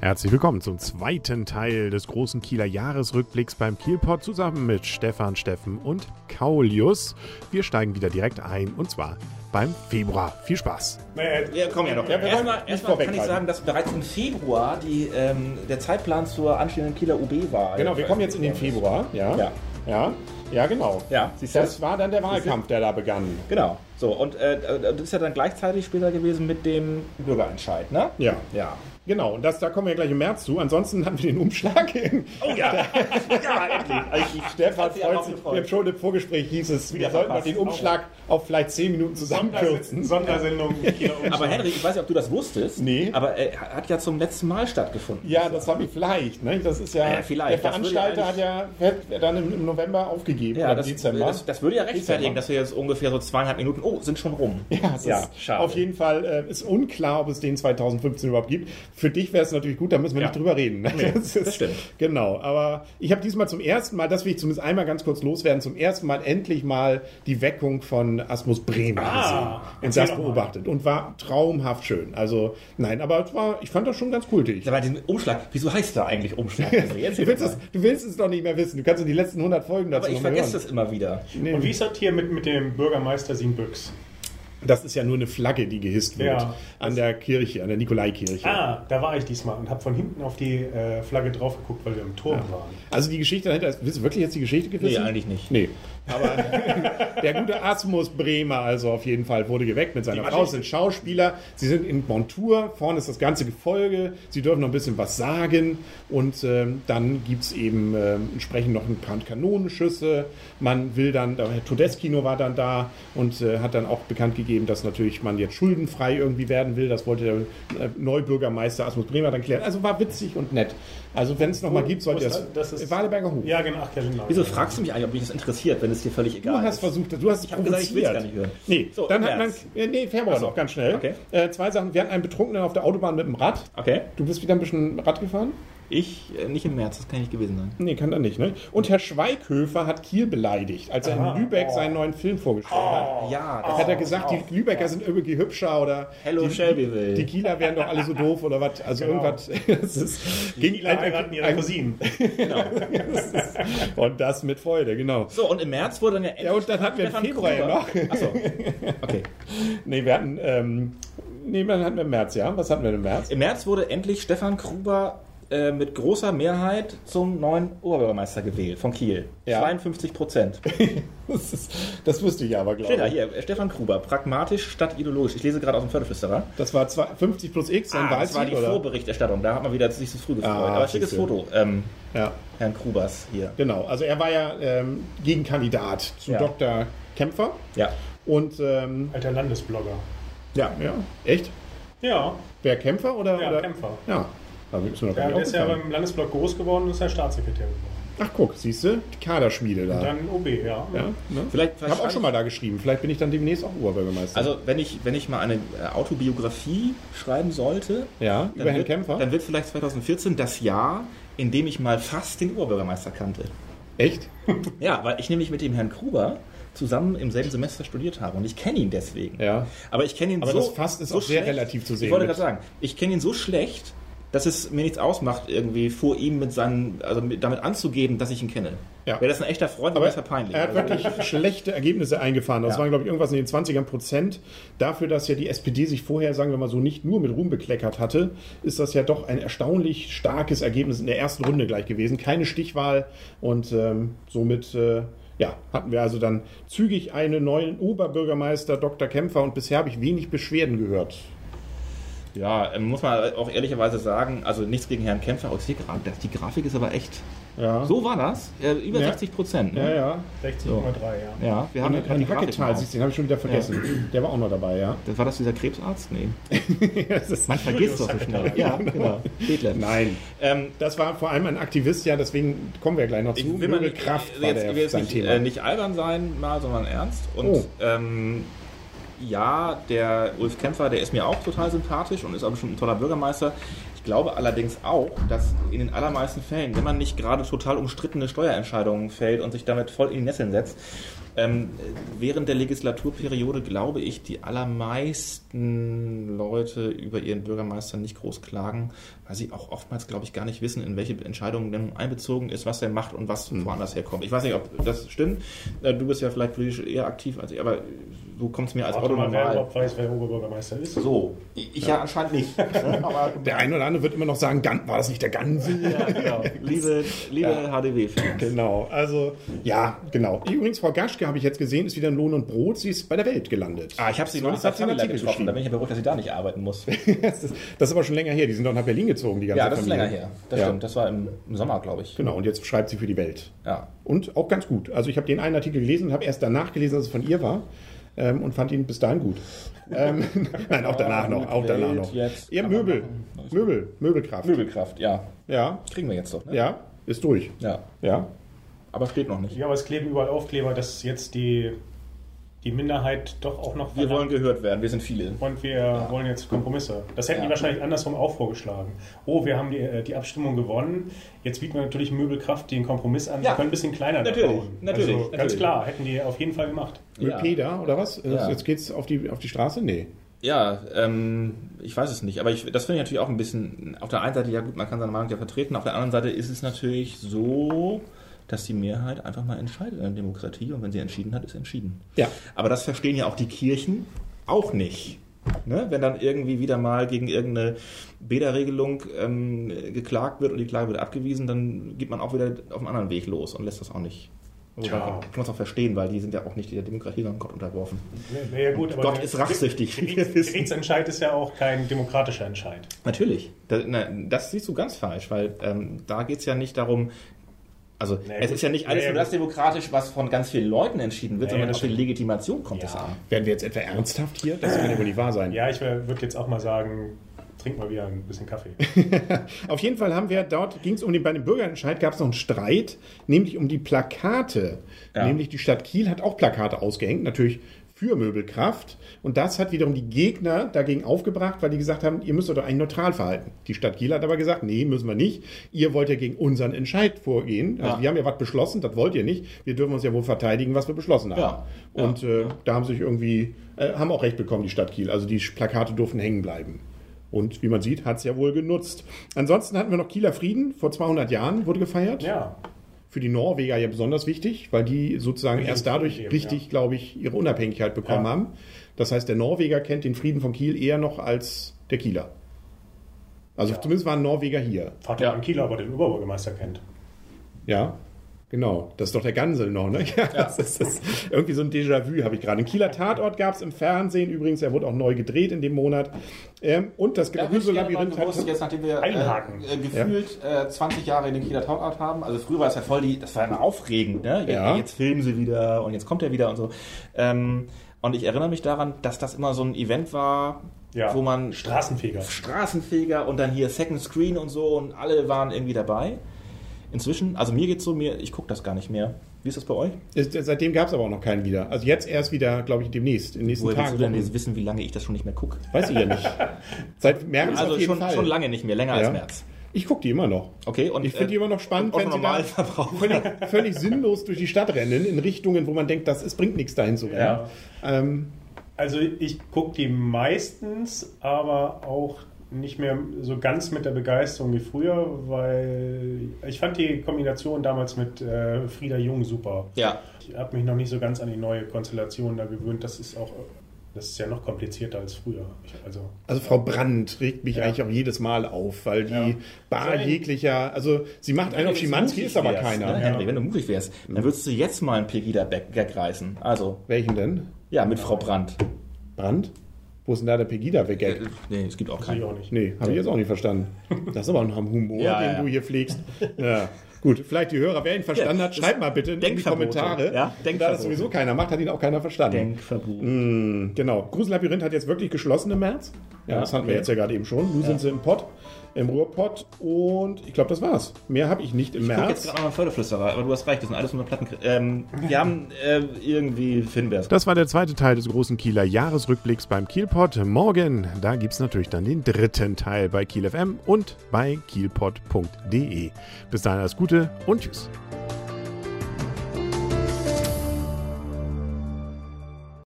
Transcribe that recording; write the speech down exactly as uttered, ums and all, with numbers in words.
Herzlich willkommen zum zweiten Teil des großen Kieler Jahresrückblicks beim Kielpot zusammen mit Stefan, Steffen und Kaulius. Wir steigen wieder direkt ein und zwar beim Februar. Viel Spaß. Wir kommen ja noch. Ja, erstmal erstmal kann ich sagen, dass bereits im Februar die, ähm, der Zeitplan zur anstehenden Kieler U B war. Genau, wir kommen jetzt in den Februar. Ja, ja, ja, ja genau. Ja, das war dann der Wahlkampf, der da begann. Genau. So, und äh, das ist ja dann gleichzeitig später gewesen mit dem Bürgerentscheid, ne? Ja. Ja. Genau, und das, da kommen wir gleich im März zu. Ansonsten haben wir den Umschlag. Oh ja, ja, endlich. Also ich, Stefan freut sich. Wir haben schon im Vorgespräch hieß es, wir sollten noch den Umschlag auf vielleicht zehn Minuten zusammenkürzen. Sondersendung. Aber Henry, ich weiß nicht, ob du das wusstest. Nee. Aber er hat ja zum letzten Mal stattgefunden. Ja, das habe ich vielleicht. Ne? Das ist ja, ja vielleicht. Der Veranstalter hat ja dann im, im November aufgegeben. Ja, oder das, Dezember. Das, das würde ja rechtfertigen, dass wir jetzt ungefähr so zweieinhalb Minuten, oh, sind schon rum. Ja, das ja, ist schade. Auf jeden Fall äh, ist unklar, ob es den zwanzig fünfzehn überhaupt gibt. Für dich wäre es natürlich gut, da müssen wir ja. nicht drüber reden. Ne? Nee, das, ist, das stimmt. Genau, aber ich habe diesmal zum ersten Mal, das will ich zumindest einmal ganz kurz loswerden, zum ersten Mal endlich mal die Weckung von Asmus Bremer ah, gesehen und das beobachtet und war traumhaft schön. Also nein, aber es war, ich fand das schon ganz kultig. Aber den Umschlag, wieso heißt der eigentlich Umschlag? Also jetzt du, willst es, du willst es doch nicht mehr wissen, du kannst in die letzten hundert Folgen dazu aber ich vergesse das immer wieder. Nee. Und wie ist das hier mit, mit dem Bürgermeister Sienbüchs? Das ist ja nur eine Flagge, die gehisst wird ja, an der Kirche, an der Nikolaikirche. Ah, da war ich diesmal und habe von hinten auf die äh, Flagge drauf geguckt, weil wir im Turm ja. waren. Also die Geschichte dahinter, willst du wirklich jetzt die Geschichte gewissen? Nee, eigentlich nicht. Nee. Aber der gute Asmus Bremer, also auf jeden Fall, wurde geweckt mit seiner Frau. Sie sind Schauspieler, sie sind in Montur, vorne ist das ganze Gefolge, sie dürfen noch ein bisschen was sagen und ähm, dann gibt es eben äh, entsprechend noch ein paar Kanonenschüsse. Man will dann, der Herr Todeskino war dann da und äh, hat dann auch bekannt gegeben, dass natürlich man jetzt schuldenfrei irgendwie werden will. Das wollte der äh, Neubürgermeister Asmus Bremer dann klären. Also war witzig und nett. Also wenn es nochmal gibt, sollte das, das ist Waleberger Hof. Ja, genau. Ach, genau. Wieso fragst du mich eigentlich, ob mich das interessiert, wenn es dir völlig egal ist? Du hast versucht, du hast dich ich gesagt, ich will es gar nicht hören. Nee, so, dann hat man, ja, nee, Februar so. noch, ganz schnell. Okay. Äh, zwei Sachen. Wir hatten einen Betrunkenen auf der Autobahn mit dem Rad. Okay. Du bist wieder ein bisschen Rad gefahren? Ich, äh, nicht im März, das kann nicht gewesen sein. Nee, kann er nicht, ne? Und Herr Schweighöfer hat Kiel beleidigt, als er in Lübeck oh. seinen neuen Film vorgestellt oh. hat. Ja, das hat er gesagt, oh. die Lübecker oh. sind irgendwie hübscher oder Hello die, Shelbyville. Die Kieler wären doch alle so doof oder was. Also genau. irgendwas. Das ist, die ging Kieler heiraten ihre Cousinen. Genau. Und das mit Freude, genau. So, und im März wurde dann ja endlich... Ja, und dann hatten wir im Februar ja noch. Achso, okay. Nee, wir hatten... Ähm, nee, dann hatten wir im März, ja. Was hatten wir im März? Im März wurde endlich Stefan Gruber äh, mit großer Mehrheit zum neuen Oberbürgermeister gewählt von Kiel. Ja. zweiundfünfzig Prozent. das, ist, das wusste ich aber, glaube ich. Steht da hier, Stefan Gruber, pragmatisch statt ideologisch. Ich lese gerade aus dem Pferdeflüsterer. Das war fünfzig plus X, ein ah, das war die oder? Vorberichterstattung. Da hat man wieder sich so früh gefreut. Ah, aber schickes Foto. Ähm, ja. Herrn Grubers hier. Genau, also er war ja ähm, Gegenkandidat zu ja. Doktor Kämpfer. Ja. Und, ähm, alter Landesblogger. Ja, ja. Echt? Ja. Wer Kämpfer oder? Ja, oder? Kämpfer. Ja. Also ist mir noch ja, der ist ja beim Landesblock groß geworden und ist ja Staatssekretär geworden. Ach guck, siehst du? Die Kaderschmiede da. Und dann O B, ja. ja ne? Vielleicht, ich habe auch schon mal da geschrieben. Vielleicht bin ich dann demnächst auch Oberbürgermeister. Also wenn ich, wenn ich mal eine Autobiografie schreiben sollte, ja, über Herrn wird, Kämpfer, dann wird vielleicht zwanzig vierzehn das Jahr, in dem ich mal fast den Oberbürgermeister kannte. Echt? Ja, weil ich nämlich mit dem Herrn Gruber zusammen im selben Semester studiert habe und ich kenne ihn deswegen. Ja. Aber ich kenne ihn Aber so das fast ist so auch sehr schlecht, relativ zu sehen. Ich wollte gerade sagen, ich kenne ihn so schlecht, dass es mir nichts ausmacht, irgendwie vor ihm mit seinen, also mit, damit anzugeben, dass ich ihn kenne. Ja. Wäre das ein echter Freund, wäre das ja peinlich. Er hat also, wirklich schlechte Ergebnisse eingefahren. Das ja. waren, glaube ich, irgendwas in den zwanzigern Prozent. Dafür, dass ja die S P D sich vorher, sagen wir mal so, nicht nur mit Ruhm bekleckert hatte, ist das ja doch ein erstaunlich starkes Ergebnis in der ersten Runde gleich gewesen. Keine Stichwahl und ähm, somit... Äh, Ja, hatten wir also dann zügig einen neuen Oberbürgermeister, Doktor Kämpfer, und bisher habe ich wenig Beschwerden gehört. Ja, muss man auch ehrlicherweise sagen, also nichts gegen Herrn Kämpfer, auch die, die Grafik ist aber echt... Ja. So war das? Ja, über ja. sechzig Prozent. Ne? Ja, ja. sechzig Komma drei, so. ja. Ja, wir haben Herrn Hacketal, siehst du, den habe ich schon wieder vergessen. Ja. Der war auch noch dabei, ja. Das war das dieser Krebsarzt? Nee. ist Man vergisst doch so schnell. Ja, genau. Detlef. Nein. Ähm, das war vor allem ein Aktivist, ja, deswegen kommen wir gleich noch zu. Möbelkraft war der, sein nicht, Thema. Äh, nicht albern sein, mal, sondern ernst. Und oh. ähm, ja, der Ulf Kämpfer, der ist mir auch total sympathisch und ist auch bestimmt ein toller Bürgermeister. Ich glaube allerdings auch, dass in den allermeisten Fällen, wenn man nicht gerade total umstrittene Steuerentscheidungen fällt und sich damit voll in die Nesseln setzt, ähm, während der Legislaturperiode, glaube ich, die allermeisten Leute über ihren Bürgermeister nicht groß klagen, weil sie auch oftmals, glaube ich, gar nicht wissen, in welche Entscheidungen denn einbezogen ist, was er macht und was mhm. woanders herkommt. Ich weiß nicht, ob das stimmt. Du bist ja vielleicht politisch eher aktiv als ich, aber so kommt es mir als Auto normal. Wer überhaupt weiß, wer Oberbürgermeister ist. So, ich ja, ja anscheinend nicht. Aber der eine oder andere wird immer noch sagen, war das nicht der Gansel? Ja, genau. Liebe, liebe ja. H D W-Fans. Genau, also, ja, genau. Übrigens, Frau Gaschke, habe ich jetzt gesehen, ist wieder in Lohn und Brot. Sie ist bei der Welt gelandet. Ah, ich habe sie noch nicht getroffen. Da bin ich ja beruhigt, dass sie da nicht arbeiten muss. das, ist, das ist aber schon länger her. Die sind doch nach Berlin gezogen, die ganze Ja, das Familie. ist länger her. Das ja. stimmt. Das war im, im Sommer, glaube ich. Genau, und jetzt schreibt sie für die Welt. Ja. Und auch ganz gut. Also ich habe den einen Artikel gelesen und habe erst danach gelesen, dass es von ihr war. Ähm, und fand ihn bis dahin gut. ähm, nein, auch danach noch. Auch danach noch. Ihr Möbel. Möbel. Möbelkraft. Möbelkraft, ja. Ja. Kriegen wir jetzt doch, ne? Ja, ist durch. Ja. Ja. Aber steht noch nicht. Ja, aber es kleben überall Aufkleber, dass jetzt die, die Minderheit doch auch noch... Wir wollen gehört werden, wir sind viele. Und wir ja. wollen jetzt Kompromisse. Das hätten ja. die wahrscheinlich andersrum auch vorgeschlagen. Oh, wir haben die, die Abstimmung gewonnen, jetzt bieten wir natürlich Möbelkraft den Kompromiss an, ja. wir können ein bisschen kleiner natürlich, bauen. Natürlich, also, natürlich. Ganz klar, hätten die auf jeden Fall gemacht. Ja. Peda oder was? Ja. Jetzt geht's auf die, auf die Straße? Nee. Ja, ähm, ich weiß es nicht, aber ich, das finde ich natürlich auch ein bisschen, auf der einen Seite, ja gut, man kann seine Meinung ja vertreten, auf der anderen Seite ist es natürlich so, dass die Mehrheit einfach mal entscheidet in der Demokratie und wenn sie entschieden hat, ist entschieden. Ja. Aber das verstehen ja auch die Kirchen auch nicht. Ne? Wenn dann irgendwie wieder mal gegen irgendeine Bäderregelung ähm, geklagt wird und die Klage wird abgewiesen, dann geht man auch wieder auf einen anderen Weg los und lässt das auch nicht. Also ja. Kann man es auch verstehen, weil die sind ja auch nicht der Demokratie, sondern Gott unterworfen. Ja, ja, gut, aber Gott ist rachsüchtig. Der Gerichtsentscheid ist ja auch kein demokratischer Entscheid. Natürlich. Das, na, das siehst du ganz falsch, weil ähm, da geht es ja nicht darum, also nee, es ist ja nicht alles nee, nur das demokratisch, was von ganz vielen Leuten entschieden wird, nee, sondern auch für die Legitimation kommt es ja. an. Werden wir jetzt etwa ernsthaft hier? Das kann ja wohl nicht wahr sein. Ja, ich würde jetzt auch mal sagen, trink mal wieder ein bisschen Kaffee. Auf jeden Fall haben wir, dort ging es um den, bei dem Bürgerentscheid gab es noch einen Streit, nämlich um die Plakate. Ja. Nämlich die Stadt Kiel hat auch Plakate ausgehängt, natürlich für Möbelkraft. Und das hat wiederum die Gegner dagegen aufgebracht, weil die gesagt haben, ihr müsst euch doch eigentlich neutral verhalten. Die Stadt Kiel hat aber gesagt, nee, müssen wir nicht. Ihr wollt ja gegen unseren Entscheid vorgehen. Also ja. wir haben ja was beschlossen, das wollt ihr nicht. Wir dürfen uns ja wohl verteidigen, was wir beschlossen haben. Ja. Ja. Und äh, da haben sich irgendwie, äh, haben auch recht bekommen, die Stadt Kiel. Also die Plakate durften hängen bleiben. Und wie man sieht, hat es ja wohl genutzt. Ansonsten hatten wir noch Kieler Frieden, vor zweihundert Jahren wurde gefeiert. Ja. Für die Norweger ja besonders wichtig, weil die sozusagen ja, erst dadurch eben, richtig, ja. glaube ich, ihre Unabhängigkeit bekommen ja. haben. Das heißt, der Norweger kennt den Frieden von Kiel eher noch als der Kieler. Also ja. zumindest waren Norweger hier. Vater ja. Kieler, aber den Oberbürgermeister kennt. Ja. Genau, das ist doch der Gansel noch, ne? Ja, das ist, das ist irgendwie so ein Déjà-vu, habe ich gerade. Ein Kieler Tatort gab es im Fernsehen übrigens, er wurde auch neu gedreht in dem Monat. Ähm, und das Grusel-Labyrinth hat... Jetzt, nachdem wir einhaken. Äh, gefühlt ja. äh, zwanzig Jahre in den Kieler Tatort haben, also früher war es ja voll die, das war immer aufregend, ne? Jetzt, ja. jetzt filmen sie wieder und jetzt kommt er wieder und so. Ähm, und ich erinnere mich daran, dass das immer so ein Event war, ja. wo man... Straßenfeger. Straßenfeger und dann hier Second Screen und so und alle waren irgendwie dabei. Inzwischen, also mir geht's so, mir, ich gucke das gar nicht mehr. Wie ist das bei euch? Ist, seitdem gab es aber auch noch keinen wieder. Also jetzt erst wieder, glaube ich, demnächst, in den nächsten Woher Tagen. Woher willst du denn jetzt wissen, wie lange ich das schon nicht mehr gucke? Weiß ich ja nicht. Seit März also auf jeden schon, Fall. schon lange nicht mehr, länger ja. als März. Ich gucke die immer noch. Okay, und ich finde die immer noch spannend, wenn sie da völlig, völlig sinnlos durch die Stadt rennen, in Richtungen, wo man denkt, das ist, bringt nichts dahin zu rennen. Ja. Ähm, also ich gucke die meistens, aber auch nicht mehr so ganz mit der Begeisterung wie früher, weil ich fand die Kombination damals mit äh, Frieda Jung super. Ja. Ich habe mich noch nicht so ganz an die neue Konstellation da gewöhnt. Das ist auch, das ist ja noch komplizierter als früher. Ich, also, also Frau Brandt regt mich ja. eigentlich auch jedes Mal auf, weil die ja. bar jeglicher, also sie macht einen auf Schimanski, ist aber wärst, keiner. Ne, Henry, ja. Wenn du mutig wärst, dann würdest du jetzt mal einen Pegida-Gag reißen. Also. Welchen denn? Ja, mit Frau Brandt. Brandt? Wo ist denn da der Pegida-Gag? Äh, nee, es gibt auch keinen. auch nicht. Nee, habe ich jetzt auch nicht verstanden. Das ist aber ein Humor, ja, den ja. du hier pflegst. Ja. Gut, vielleicht die Hörer, wer ihn verstanden ja, hat, schreibt mal bitte in die Kommentare. Ja, da das sowieso keiner macht, hat ihn auch keiner verstanden. Denkverbot. Mm, genau. Grusel-Labyrinth hat jetzt wirklich geschlossen im März? Ja, das hatten wir jetzt ja gerade eben schon. Nun Ja. sind sie im Pott, im Ruhrpott und ich glaube, das war's. Mehr habe ich nicht im Ich gucke jetzt März. gerade nochmal Förderflüsterer, aber du hast recht, das sind alles nur Platten. Ähm, wir haben äh, irgendwie Finbers. Das war der zweite Teil des großen Kieler Jahresrückblicks beim Kielpot. Morgen, da gibt es natürlich dann den dritten Teil bei Kiel F M und bei kielpot punkt de. Bis dahin alles Gute und tschüss.